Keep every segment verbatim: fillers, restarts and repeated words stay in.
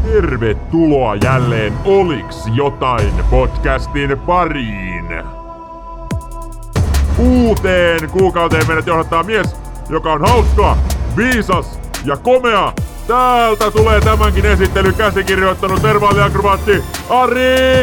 Tervetuloa jälleen Oliks jotain podcastin pariin. Uuteen kuukauteen meidät johdattaa mies, joka on hauska, viisas ja komea. Täältä tulee tämänkin esittelyn käsikirjoittanut verbaaliakrobaatti Ari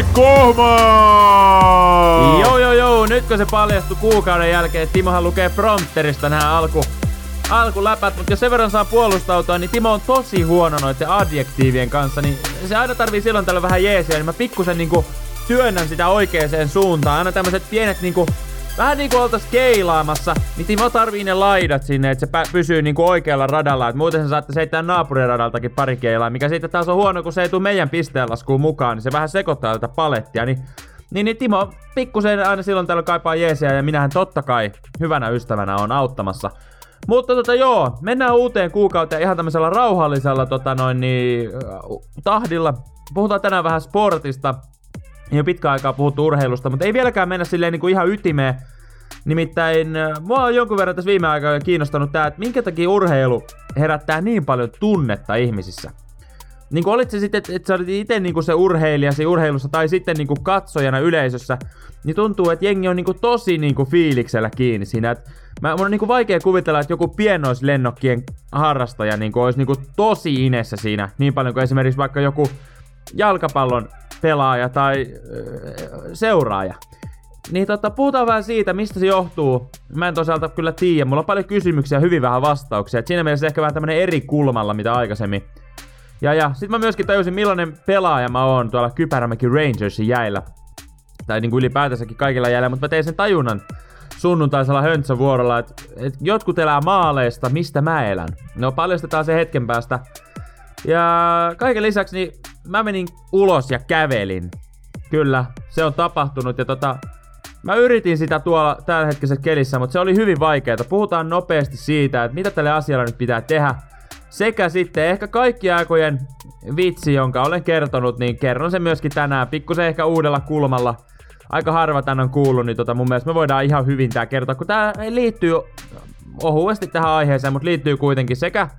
Kohma! Joo joo joo, nytkö se paljastui kuukauden jälkeen, että Timohan lukee prompterista nämä alku, alkuläpät, mutta jos sen verran saa puolustautua, niin Timo on tosi huono noiden adjektiivien kanssa, niin se aina tarvii silloin tällä vähän jeesiä, niin mä pikkusen niinku työnnän sitä oikeeseen suuntaan, aina tämmöset pienet niinku, vähän niinku oltais keilaamassa, niin Timo tarvii ne laidat sinne, että se pä- pysyy niinku oikealla radalla, että muuten se saattaisi heittää naapuriradaltakin pari keilaa, mikä siitä taas on huono, kun se ei tuu meidän pisteenlaskuun mukaan, niin se vähän sekoittaa tätä palettia, niin Niin, niin Timo pikkusen aina silloin täällä kaipaa jeesiä ja minähän totta kai hyvänä ystävänä on auttamassa. Mutta tota joo, mennään uuteen kuukauteen ihan tämmöisellä rauhallisella tota noin niin, tahdilla. Puhutaan tänään vähän sportista. Ei ole pitkään aikaa puhuttu urheilusta, mutta ei vieläkään mennä silleen niin kuin ihan ytimeen. Nimittäin mua on jonkun verran tässä viime aikoina kiinnostanut tää, että minkä takia urheilu herättää niin paljon tunnetta ihmisissä. Niinku olit se sitten, että et sä olit ite niinku se urheilijasi urheilussa tai sitten niinku katsojana yleisössä, niin tuntuu, että jengi on niinku tosi niinku fiiliksellä kiinni siinä. Et mä, mun on niinku vaikea kuvitella, että joku pienoislennokkien harrastaja niinku olisi niinku tosi inessä siinä, niin paljon kuin esimerkiksi vaikka joku jalkapallon pelaaja tai öö, seuraaja. Niin tota, puhutaan vähän siitä, mistä se johtuu. Mä en toisaalta kyllä tiedä, mulla on paljon kysymyksiä ja hyvin vähän vastauksia. Et siinä mielessä ehkä vähän tämmönen eri kulmalla, mitä aikaisemmin. Ja ja, sit mä myöskin tajusin millainen pelaaja mä oon tuolla Kypärämäki Rangersin jäillä. Tai niinku ylipäätänsäkin kaikilla jäillä, mutta mä tein sen tajunnan sunnuntaisella höntsävuorolla, että et jotkut elää maaleista, mistä mä elän. No paljastetaan se hetken päästä. Ja kaiken lisäksi niin mä menin ulos ja kävelin. Kyllä, se on tapahtunut ja tota... Mä yritin sitä tuolla tällä hetkisessä kelissä, mutta se oli hyvin vaikeaa. Puhutaan nopeasti siitä, että mitä tälle asialle nyt pitää tehdä. Sekä sitten ehkä kaikki aikojen vitsi, jonka olen kertonut, niin kerron sen myöskin tänään. Pikkusen ehkä uudella kulmalla. Aika harva tän on kuullut, niin tota mun mielestä me voidaan ihan hyvin tää kertoa. Kun tää liittyy ohuesti tähän aiheeseen, mutta liittyy kuitenkin sekä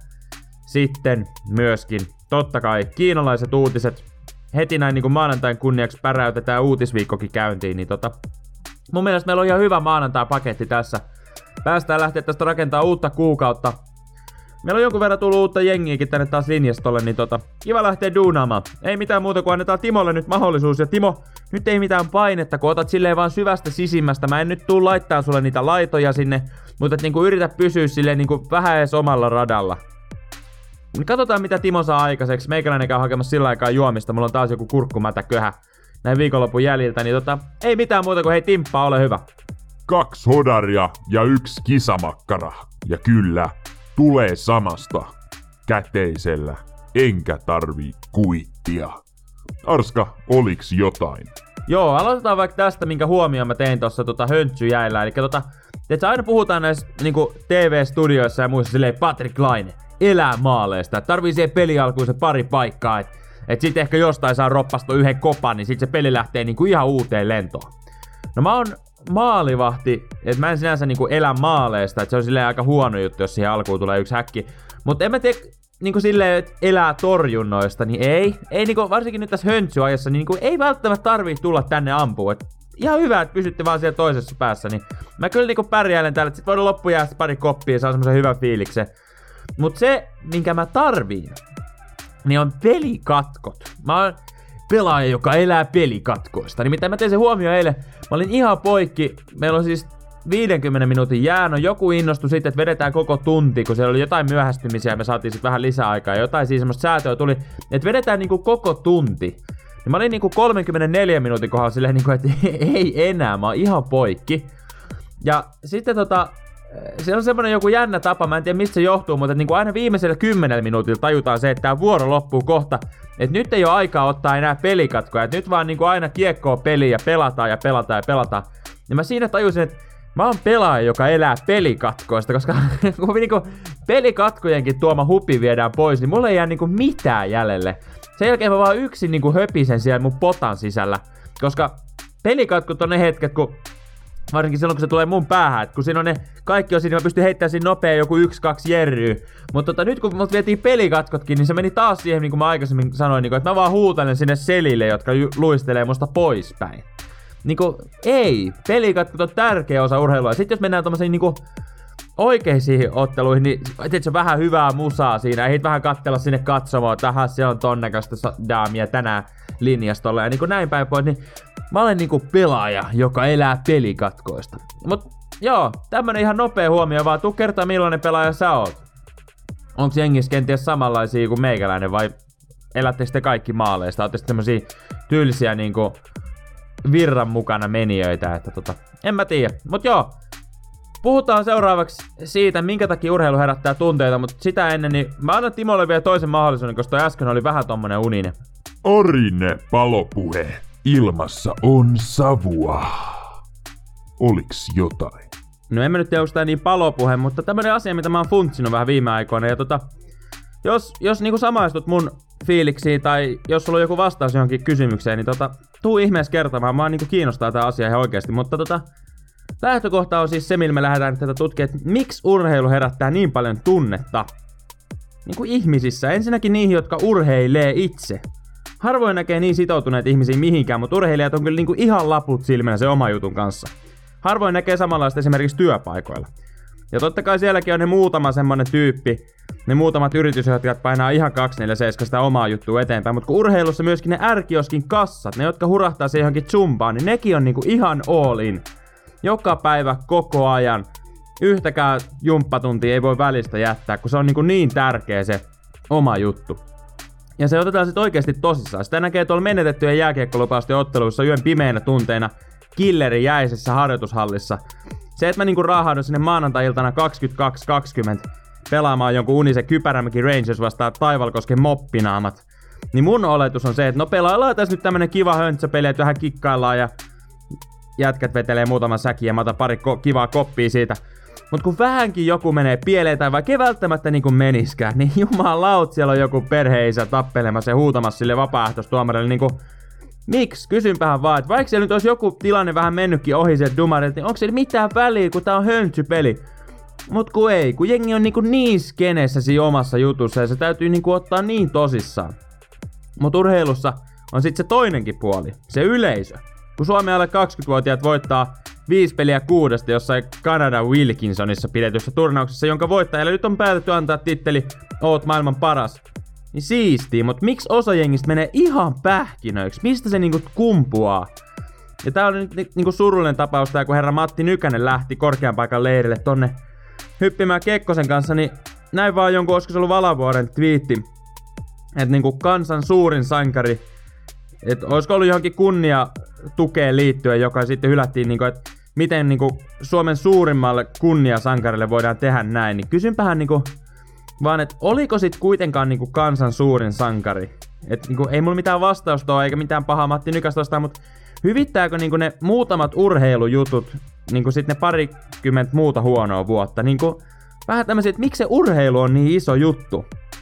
sitten myöskin totta kai kiinalaiset uutiset. Heti näin niin kuin maanantain kunniaksi päräytetään uutisviikkokin käyntiin, niin tota... Mun mielestä meillä on ihan hyvä maanantai-paketti tässä. Päästään lähteä tästä rakentaa uutta kuukautta. Meillä on jonkun verran tullut uutta jengiäkin tänne taas linjastolle, niin tota, kiva lähteä duunaamaan. Ei mitään muuta kuin annetaan Timolle nyt mahdollisuus. Ja Timo, nyt ei mitään painetta, kun otat silleen vaan syvästä sisimmästä. Mä en nyt tuu laittaa sulle niitä laitoja sinne, mutta et niinku yritä pysyä silleen niinku vähän edes omalla radalla. Katsotaan mitä Timo saa aikaiseksi. Meikäläinen käy hakemassa sillä aikaa juomista. Mulla on taas joku kurkkumätä köhä näin viikonlopun jäljiltä, niin tota, ei mitään muuta kuin hei Timppa, ole hyvä. Kaksi hodaria ja yksi kisamakkara. Ja kyllä, tulee samasta. Käteisellä. Enkä tarvii kuittia. Arska, oliks jotain? Joo, aloitetaan vaikka tästä, minkä huomioon mä tein tossa tota höntsyjäillä. Eli tota, että aina puhutaan näissä niinku T V-studioissa ja muissa silleen Patrick Laine elää maaleista. Tarvii siihen peli alkuun se pari paikkaa, että et sit ehkä jostain saa roppastua yhden kopan, niin sit se peli lähtee niinku ihan uuteen lentoon. No mä oon maalivahti, että mä en sinänsä niinku elä maaleista, että se on silleen aika huono juttu, jos siihen alkuun tulee yksi häkki. Mutta en mä tee niinku silleen, että elää torjunnoista, niin ei. Ei niinku, varsinkin nyt tässä höntsyajassa, niin niinku ei välttämättä tarvii tulla tänne ampua. Et ihan hyvä, että pysytte vaan siellä toisessa päässä, niin mä kyllä niinku pärjäilen täällä, että sit voidaan loppujäästä pari koppia ja saa semmosen hyvän fiiliksen. Mut se, minkä mä tarviin, niin on pelikatkot. Mä oon pelaaja, joka elää pelikatkoista. Nimittäin mä tein sen huomioon eilen. Mä olin ihan poikki. Meillä on siis viidenkymmenen minuutin jää. No joku innostui sitten, että vedetään koko tunti, kun siellä oli jotain myöhästymisiä ja me saatiin sitten vähän lisää aikaa. Ja jotain siis semmoista säätöä tuli, että vedetään niinku koko tunti. Niin mä olin niinku kolmekymmentäneljä minuutin kohdalla silleen niinku, että ei enää. Mä oon ihan poikki. Ja sitten tota... Se on semmonen joku jännä tapa, mä en tiedä mistä se johtuu, mutta niinku aina viimeisellä kymmenellä minuutilla tajutaan se, että tää vuoro loppuu kohta. Et nyt ei oo aikaa ottaa enää pelikatkoja, et nyt vaan niinku aina kiekkoa peliin ja pelataan ja pelataan ja pelataan. Ja mä siinä tajusin, että mä oon pelaaja, joka elää pelikatkoista, koska kun niinku pelikatkojenkin tuoma hupi viedään pois, niin mulla ei jää niinku mitään jäljelle. Sen jälkeen mä vaan yksin niinku höpisen siellä mun potan sisällä, koska pelikatkot on ne hetket, kun Varsinkin silloin, kun se tulee mun päähän, että kun siinä on ne kaikki on siinä, mä pystyn heittämään siinä nopea joku yksi, kaksi jerryä. Mutta tota, nyt kun mut vietiin pelikatkotkin, niin se meni taas siihen, niin kuin mä aikaisemmin sanoin, niin kuin, että mä vaan huutelen sinne selille, jotka ju- luistelee musta poispäin. Niinku, ei. Pelikatkot on tärkeä osa urheilua. Sitten jos mennään tommosiin niinku oikeisiin otteluihin, niin et se vähän hyvää musaa siinä. Ei vähän katsella sinne katsomaan, että aha, se on ton näköistä daamia tänään linjastolla ja niinku näin päin pois, niin mä olen niinku pelaaja, joka elää pelikatkoista. Mut joo, tämmönen ihan nopea huomio vaan, tuu kertaa millainen pelaaja sä oot. Onks jengissä kenties samanlaisia kuin meikäläinen vai elättekö te kaikki maaleista? Ootte sitten tämmösiä tyylisiä niinku virran mukana menijöitä, että tota, en mä tiedä. Mut joo, puhutaan seuraavaksi siitä, minkä takia urheilu herättää tunteita, mutta sitä ennen, niin mä annan Timolle vielä toisen mahdollisuuden, koska toi äsken oli vähän tommonen uninen. Orine palopuhe. Ilmassa on savua. Oliks jotain? No en mä nyt tiedä, onko tää niin palopuhe, mutta tämmönen asia, mitä mä oon funtsinut vähän viime aikoina. Ja tota, jos, jos niinku samaistut mun fiiliksiin tai jos sulla on joku vastaus johonkin kysymykseen, niin tota, tuu ihmeessä kertomaan. Mä niinku kiinnostaa tää asia ihan oikeesti, mutta tota, lähtökohta on siis se, millä me lähdetään tätä tutkimaan, että miksi urheilu herättää niin paljon tunnetta niinku ihmisissä. Ensinnäkin niihin, jotka urheilee itse. Harvoin näkee niin sitoutuneet ihmisiä mihinkään, mutta urheilijat on kyllä niinku ihan laput silmänä se oma jutun kanssa. Harvoin näkee samanlaista esimerkiksi työpaikoilla. Ja totta kai sielläkin on ne muutama semmonen tyyppi, ne muutamat yritysjohtajat painaa ihan kaksikymmentäneljä sitä omaa juttua eteenpäin, mutta kun urheilussa myöskin ne ärkioskin kassat, ne jotka hurahtaa se johonkin zumbaan, niin nekin on niinku ihan all in. Joka päivä, koko ajan. Yhtäkään jumppatuntia ei voi välistä jättää, kun se on niinku niin tärkeä se oma juttu. Ja se otetaan sit oikeesti tosissaan. Sitä näkee tuolla menetettyjen jääkiekkolupausten otteluissa yön pimeinä tunteina killerin jäisessä harjoitushallissa. Se, että mä niinku raahaudun sinne maanantai-iltana kaksikymmentäkaksi kaksikymmentä pelaamaan jonkun Unisen Kypärämäki Rangers vastaan Taivalkosken moppinaamat, niin mun oletus on se, että no pelaillaan tässä nyt tämmönen kiva höntsäpeli, että vähän kikkaillaan ja jätkät vetelee muutaman säkin ja mä otan pari ko- kivaa koppia siitä. Mut kun vähänkin joku menee pieleen tai vaikka ei välttämättä niinku meniskään, niin jumalaut siellä on joku perheisä tappelemassa ja huutamassa sille vapaaehtoistuomarille niinku miksi? Kysynpähän vaan, että vaikka siellä nyt olisi joku tilanne vähän mennytkin ohi sieltä dumarilta, niin onko siellä mitään väliä, kun tää on höntsypeli? Mut kun ei, kun jengi on niinku niin skeneessä siinä omassa jutussa ja se täytyy niinku ottaa niin tosissaan. Mut urheilussa on sit se toinenkin puoli, se yleisö. Kun Suomen alle kaksikymmentävuotiaat voittaa viisi peliä kuudesta jossain Canada Wilkinsonissa pidetyssä turnauksessa, jonka voittajalle nyt on päätetty antaa titteli Oot maailman paras. Niin siistii, mut miksi osa jengistä menee ihan pähkinöiksi? Mistä se niinku kumpuaa? Ja tää on nyt ni- niinku surullinen tapaus tää, kun herra Matti Nykänen lähti korkean paikan leirille tonne hyppimään Kekkosen kanssa, niin näin vaan jonkun, olisiko se ollut Valavuoren twiitti, että niinku kansan suurin sankari, että olisiko ollut johonkin kunnia tukeen liittyen, joka sitten hylättiin, niinku, että miten niinku Suomen suurimmalle kunniasankarille voidaan tehdä näin, niin kysynpähän niinku vaan, että oliko sit kuitenkaan niinku kansan suurin sankari? Et niinku ei mulla mitään vastausta ole, eikä mitään pahaa Matti Nykästä ostaa, mutta hyvittääkö niinku ne muutamat urheilujutut, niinku sit ne parikymmentä muuta huonoa vuotta? Niinku vähän tämmösiä, että miksi se urheilu on niin iso juttu?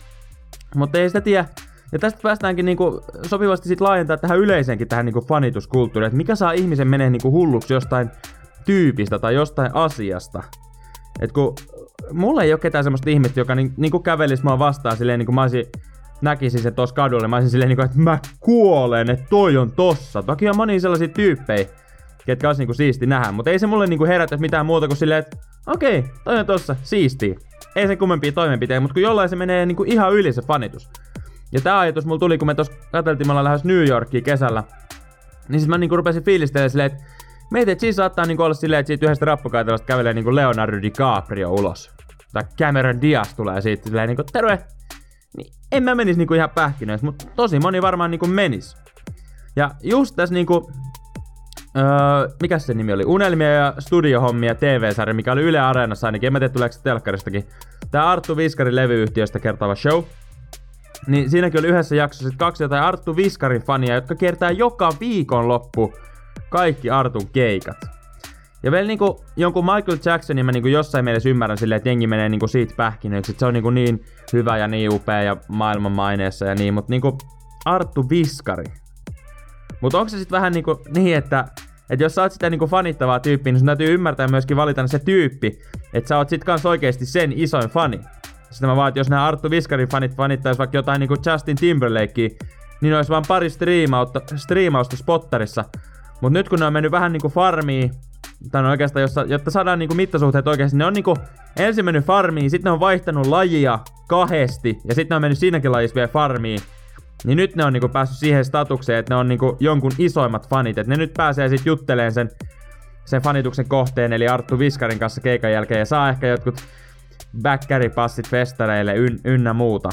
Mutta ei sitä tiedä. Ja tästä päästäänkin niinku sopivasti sit laajentaa tähän yleiseenkin tähän niinku fanituskulttuuriin, että mikä saa ihmisen menee niinku hulluksi jostain tyypistä tai jostain asiasta. Et kun mulla ei oo ketään semmoista ihmistä, joka ni, niinku kävelisi mua vastaan silleen niinku mä olisin, näkisin sen tossa kadulla, mä olisin silleen niinku, että mä kuolen, että toi on tossa. Toki on monia sellaisia tyyppejä, ketkä olisi niinku siisti nähdä, mutta ei se mulle niinku herätä mitään muuta kuin silleen, että okei, okay, toi on tossa, siistiä. Ei sen kummempia toimenpiteitä, mutta kun jollain se menee niinku ihan yli se fanitus. Ja tää ajatus mulla tuli, kun me tossa katseltiin, me ollaan lähes New Yorkiin kesällä. Niin sit mä niinku rupesin fiilistelemään silleen, että mietin, että siinä saattaa niinku olla silleen, että siitä yhdestä rappukaitelasta kävelee niinku Leonardo DiCaprio ulos. Tai Cameron Diaz tulee siitä silleen niinku terve. Niin en mä menis niinku ihan pähkinöistä, mutta tosi moni varmaan niinku menis. Ja just tässä niinku, öö, mikäs se nimi oli? Unelmia ja studiohommia T V-sarja, mikä oli Yle Areenassa ainakin. En mä tiedä, tuleeko se telkkaristakin. Tää Arttu Viskarin levyyhtiöstä kertova show. Niin siinäkin oli yhdessä jaksossa sit kaksi jotain Arttu Viskarin fania, jotka kiertää joka viikonloppu kaikki Artun keikat. Ja vielä niinku jonkun Michael Jacksonin mä niinku jossain mielessä ymmärrän silleen, että jengi menee niinku siitä pähkinöiksi, että se on niinku niin hyvä ja niin upea ja maailman maineessa ja niin, mut niinku Arttu Viskari. Mut onko se sit vähän niinku niin, että että jos sä oot sitä niinku fanittavaa tyyppiä, niin sun täytyy ymmärtää myöskin valita se tyyppi, että sä oot sit kans oikeesti sen isoin fani. Sitten mä vaan, että jos nämä Arttu Viskarin fanit fanittais vaikka jotain niinku Justin Timberlakea, niin ois vaan pari striimausta, striimausta spotterissa. Mut nyt kun ne on mennyt vähän niinku farmiin, tai no oikeastaan, jossa, jotta saadaan niinku mittasuhteet oikeesti, ne on niinku ensin mennyt farmiin, sitten ne on vaihtanut lajia kahdesti, ja sitten ne on mennyt siinäkin lajissa vielä farmiin. Niin nyt ne on niinku päässyt siihen statukseen, että ne on niinku jonkun isoimmat fanit, että ne nyt pääsee sit jutteleen sen, sen fanituksen kohteen, eli Arttu Viskarin kanssa keikan jälkeen, ja saa ehkä jotkut bäkkäripassit festareille yn, ynnä muuta.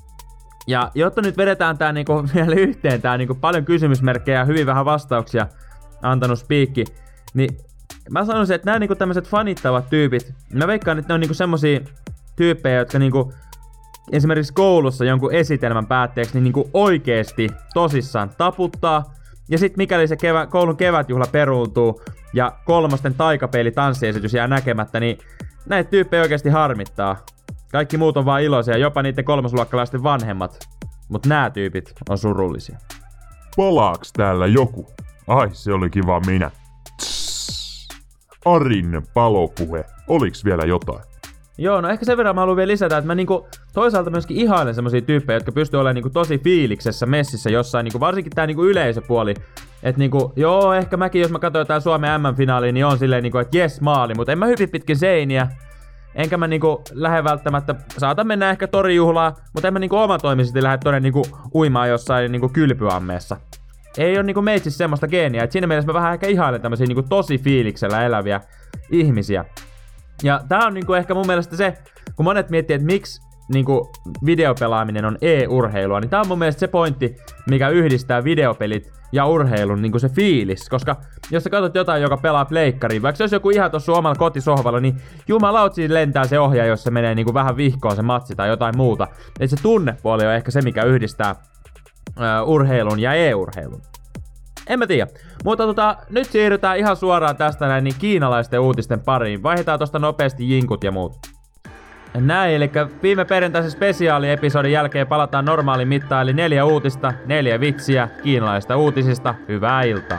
Ja jotta nyt vedetään tää niinku vielä yhteen, tää niinku paljon kysymysmerkkejä ja hyvin vähän vastauksia antanut spiikki, niin mä sanoisin, että nää niinku tämmöset fanittavat tyypit, mä veikkaan, että ne on niinku semmosia tyyppejä, jotka niinku esimerkiksi koulussa jonkun esitelmän päätteeksi niin niinku oikeesti tosissaan taputtaa, ja sit mikäli se kevä, koulun kevätjuhla peruuntuu ja kolmosten taikapeili tanssiesitys jää näkemättä, niin näitä tyyppejä oikeesti harmittaa. Kaikki muut on vaan iloisia, jopa niiden kolmosluokkalaisten vanhemmat. Mut nää tyypit on surullisia. Palaaks täällä joku? Ai, se olikin vaan minä. Tss. Arin palopuhe. Oliks vielä jotain? Joo, no ehkä sen verran mä haluan vielä lisätä, että mä niinku toisaalta myöskin ihailen semmosia tyyppejä, jotka pystyy olemaan niinku tosi fiiliksessä messissä jossain, niinku varsinkin tää niinku yleisöpuoli. Et niinku, joo, ehkä mäkin jos mä katsoin jotain Suomen M M-finaalia, niin on silleen niinku, että jes maali, mutta en mä hypi pitkin seiniä. Enkä mä niinku lähde välttämättä, saatan mennä ehkä torijuhlaa, mutta en mä niinku omatoimisesti lähde tonne niinku uimaan jossain niinku kylpyammeessa. Ei oo niinku meitsissä semmoista geeniä, et siinä mielessä mä vähän ehkä ihailen tämmösiä niinku tosi fiiliksellä eläviä ihmisiä. Ja tää on niinku ehkä mun mielestä se, kun monet miettii, että miksi niinku videopelaaminen on e-urheilua, niin tää on mun mielestä se pointti, mikä yhdistää videopelit ja urheilun niinku se fiilis. Koska jos sä katsot jotain, joka pelaa pleikkariin, vaikka se olisi joku ihan tossa omalla kotisohvalla, niin jumalaut siinä lentää se ohjaa, jos se menee niinku vähän vihkoon se matsi tai jotain muuta. Et se tunnepuoli on ehkä se, mikä yhdistää uh, urheilun ja e-urheilun. En mä tiedä. Mutta tota, nyt siirrytään ihan suoraan tästä näin niin kiinalaisten uutisten pariin. Vaihdetaan tosta nopeasti jinkut ja muut. Näin, eli viime perjantaisen spesiaaliepisodin jälkeen palataan normaaliin mittaan, eli neljä uutista, neljä vitsiä kiinalaisista uutisista. Hyvää iltaa!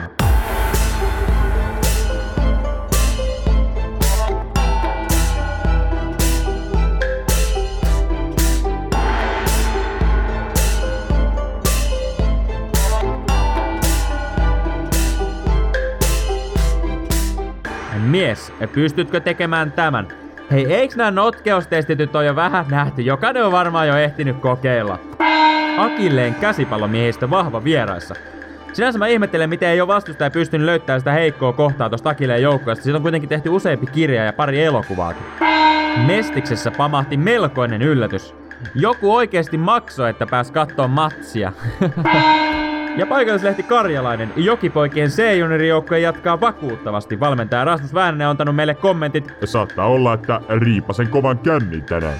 Mies, pystytkö tekemään tämän? Hei, eiks nää notkeustestityt on jo vähän nähty? Jokainen on varmaan jo ehtinyt kokeilla. Akilleen käsipallomiehistö vahva vieraissa. Sinänsä mä ihmettelen, miten ei ole vastustaja pystynyt löytämään sitä heikkoa kohtaa tosta Akilleen joukkueesta. Siitä on kuitenkin tehty useampi kirja ja pari elokuvaakin. Mestiksessä pamahti melkoinen yllätys. Joku oikeesti maksoi, että pääs kattoo matsia. Ja paikallislehti Karjalainen, Jokipoikien C-juniorijoukkue jatkaa vakuuttavasti. Valmentaja Rasmus Väänänen on antanut meille kommentit. Saattaa olla, että riipasen kovan kännin tänään.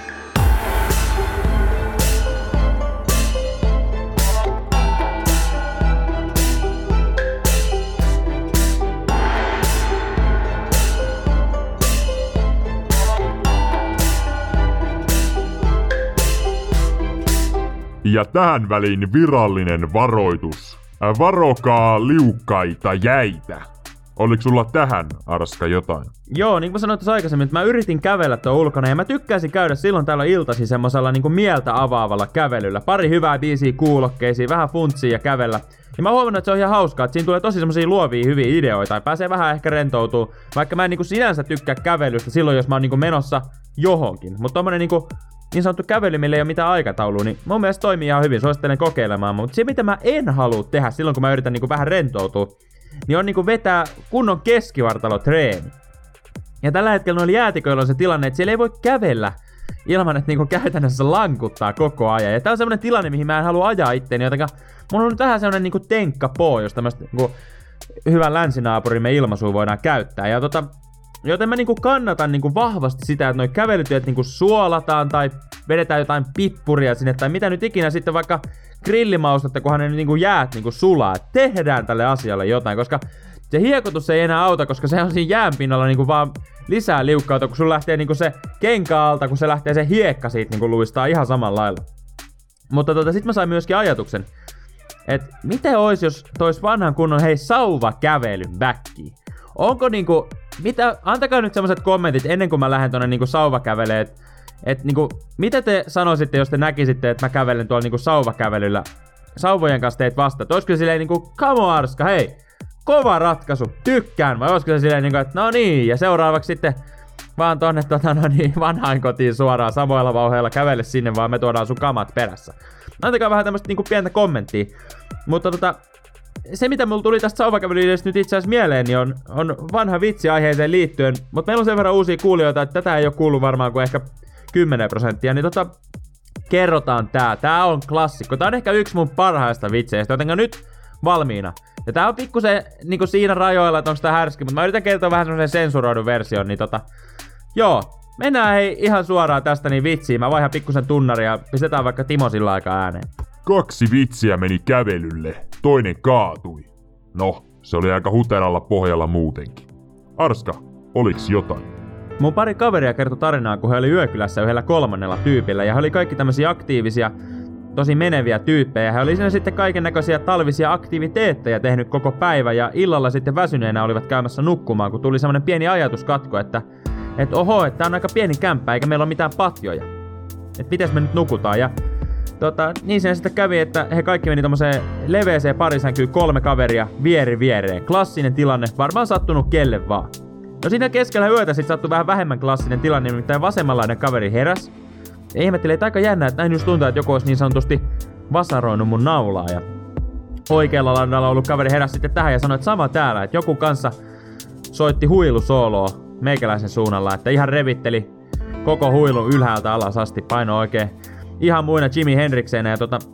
Ja tähän väliin virallinen varoitus. Varokaa liukkaita jäitä. Oliko sulla tähän, Arska, jotain? Joo, niin kuin sanoin tuossa aikaisemmin, että mä yritin kävellä tuon ulkona ja mä tykkäsin käydä silloin täällä iltasi semmosella niin kuin mieltä avaavalla kävelyllä. Pari hyvää biisiä kuulokkeisiin, vähän funtsia ja kävellä. Ja mä huomannut, että se on ihan hauskaa, että siinä tulee tosi semmosia luovia hyviä ideoita ja pääsee vähän ehkä rentoutuu. Vaikka mä en niinku sinänsä tykkää kävelystä silloin, jos mä oon niinku menossa johonkin. Mutta tommonen niinku niin sanottu kävely, millä ei ole mitään aikataulua, niin mun mielestä toimii ihan hyvin, suosittelen kokeilemaan. Mutta se mitä mä en halua tehdä silloin, kun mä yritän niinku vähän rentoutua, niin on niinku vetää kunnon keskivartalotreeni. Ja tällä hetkellä noilla jäätiköillä on se tilanne, että siellä ei voi kävellä ilman, että niinku käytännössä lankuttaa koko ajan. Ja tää on semmonen tilanne, mihin mä en halua ajaa itteeni, jotenka mulla on nyt vähän semmonen niinku tenkkapoo, jos tämmöstä niinku hyvän länsinaapurimme ilmaisua voidaan käyttää. Ja tota, joten mä niinku kannatan niinku vahvasti sitä, että noi kävelytyöt niinku suolataan tai vedetään jotain pippuria sinne tai mitä nyt ikinä sitten vaikka grillimaustetta, kunhan ne niinku jäät niinku sulaa. Tehdään tälle asialle jotain, koska se hiekotus ei enää auta, koska se on siinä jäänpinnalla niinku vaan lisää liukkautta, kun sun lähtee niinku se kenkä alta, kun se lähtee se hiekka siitä niinku luistaa ihan samalla lailla. Mutta tota, sit mä sain myöskin ajatuksen, että miten ois, jos tois vanhan kunnon hei sauvakävelyn backiin? Onko niinku, mitä, antakaa nyt semmoset kommentit ennen kuin mä lähden tonne niinku sauvakäveleen, että et niinku, mitä te sanoisitte, jos te näkisitte, että mä kävelen tuolla niinku sauvakävelyllä sauvojen kanssa teet vasta? Olisiko se silleen niinku, come on Arska, hei, kova ratkaisu, tykkään, vai olisiko se silleen niinku, että no niin, ja seuraavaksi sitten vaan tonne tota, no niin, vanhaan kotiin suoraan samoilla vauheilla kävele sinne, vaan me tuodaan sun kamat perässä. Antakaa vähän tämmöstä niinku pientä kommenttia. Mutta tota, se mitä mulla tuli tästä sauvakävelyidestä nyt itse asiassa mieleen, niin on, on vanha vitsi aiheeseen liittyen. Mutta meillä on sen verran uusia kuulijoita, että tätä ei oo kuullut varmaan kuin ehkä kymmenen prosenttia. Niin tota, kerrotaan tää. Tää on klassikko. Tää on ehkä yksi mun parhaista vitseistä, jotenka nyt valmiina. Ja tää on pikkusen niinku siinä rajoilla, että onko tää härski, mutta mä yritän kertoa vähän semmosen sensuroidun version, niin tota... Joo, mennään hei ihan suoraan tästä niin vitsiin. Mä vaihan pikkusen tunnaria ja pistetään vaikka Timo sillä aikaa ääneen. Kaksi vitsiä meni kävelylle, toinen kaatui. No, se oli aika huteralla pohjalla muutenkin. Arska, oliks jotain? Mun pari kaveria kertoi tarinaa, kun he oli yökylässä yhdellä kolmannella tyypillä. Ja he oli kaikki tämmösiä aktiivisia, tosi meneviä tyyppejä. He oli siinä sitten kaiken näköisiä talvisia aktiviteetteja tehnyt koko päivä. Ja illalla sitten väsyneenä olivat käymässä nukkumaan, kun tuli semmonen pieni ajatuskatko, että että oho, että tää on aika pieni kämppä, eikä meillä ole mitään patjoja. Et mites me nyt nukutaan? Ja tota, niin siinä sitten kävi, että he kaikki meni tommoseen leveeseen parisänkyyn kolme kaveria vieri viereen. Klassinen tilanne, varmaan sattunut kelle vaan. No siinä keskellä yötä sit sattui vähän vähemmän klassinen tilanne, nimittäin vasemmanlainen kaveri heräs. Ja ihmetteli, että aika jännä, että näin just tuntuu, että joku olisi niin sanotusti vasaroinut mun naulaa. Ja oikealla laidalla ollut kaveri heräs sitten tähän ja sanoi, että sama täällä, että joku kanssa soitti huilusooloa meikäläisen suunnalla, että ihan revitteli koko huilun ylhäältä alas asti, paino oikein ihan muina Jimi Hendriksenä ja tota...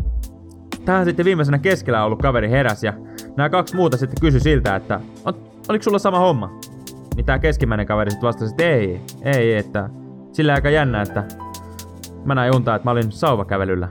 Tähän sitten viimeisenä keskellä ollut kaveri heräs ja nämä kaksi muuta sitten kysyi siltä, että oliko sulla sama homma? Niin tää keskimmäinen kaveri sitten vastasi, että ei, ei, että sillä aika jännä, että mä näin untaa, että mä olin sauvakävelyllä.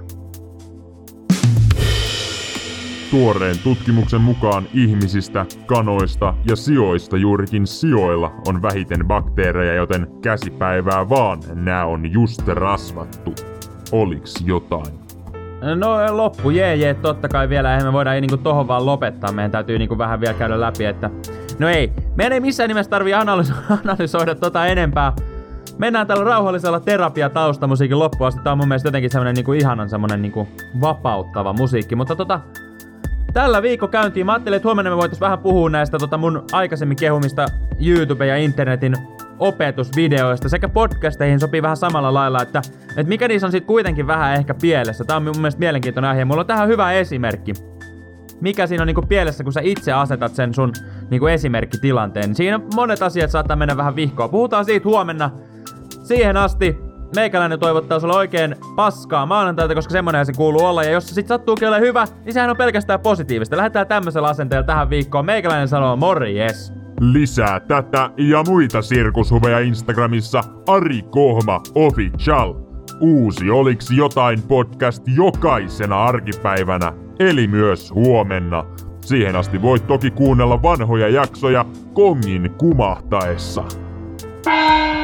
Tuoreen tutkimuksen mukaan ihmisistä, kanoista ja sioista juurikin sioilla on vähiten bakteereja, joten käsipäivää vaan nää on just rasvattu. Oliks jotain? No loppu, jee jee, totta kai vielä, eihän me voida ei niinku tohon vaan lopettaa, meidän täytyy niinku vähän vielä käydä läpi, että... No ei, meidän ei missään nimessä tarvii analyso- analysoida tota enempää. Mennään tällä rauhallisella terapia-taustamusiikin loppuun asti, tää on mun mielestä jotenkin semmonen niinku ihanan semmonen niinku vapauttava musiikki, mutta tota... Tällä viikko käyntiin. Mä ajattelin, että huomenna me voitais vähän puhua näistä tota mun aikaisemmin kehumista YouTube ja internetin opetusvideoista sekä podcasteihin sopii vähän samalla lailla, että, että mikä niissä on sit kuitenkin vähän ehkä pielessä. Tää on mun mielestä mielenkiintoinen aihe. Mulla on tähän hyvä esimerkki. Mikä siinä on niinku pielessä, kun sä itse asetat sen sun niinku esimerkkitilanteen. Niin siinä monet asiat saattaa mennä vähän vihkoon. Puhutaan siitä huomenna. Siihen asti meikäläinen toivottaa sulle oikein paskaa maanantaita, koska semmonen se kuuluu olla. Ja jos se sit sattuukin ole hyvä, niin sehän on pelkästään positiivista. Lähdetään tämmöisellä asenteella tähän viikkoon. Meikäläinen sanoo morjes. Lisää tätä ja muita sirkushuveja Instagramissa Ari Kohma Official. Uusi Oliks jotain podcast jokaisena arkipäivänä, eli myös huomenna. Siihen asti voit toki kuunnella vanhoja jaksoja kongin kumahtaessa.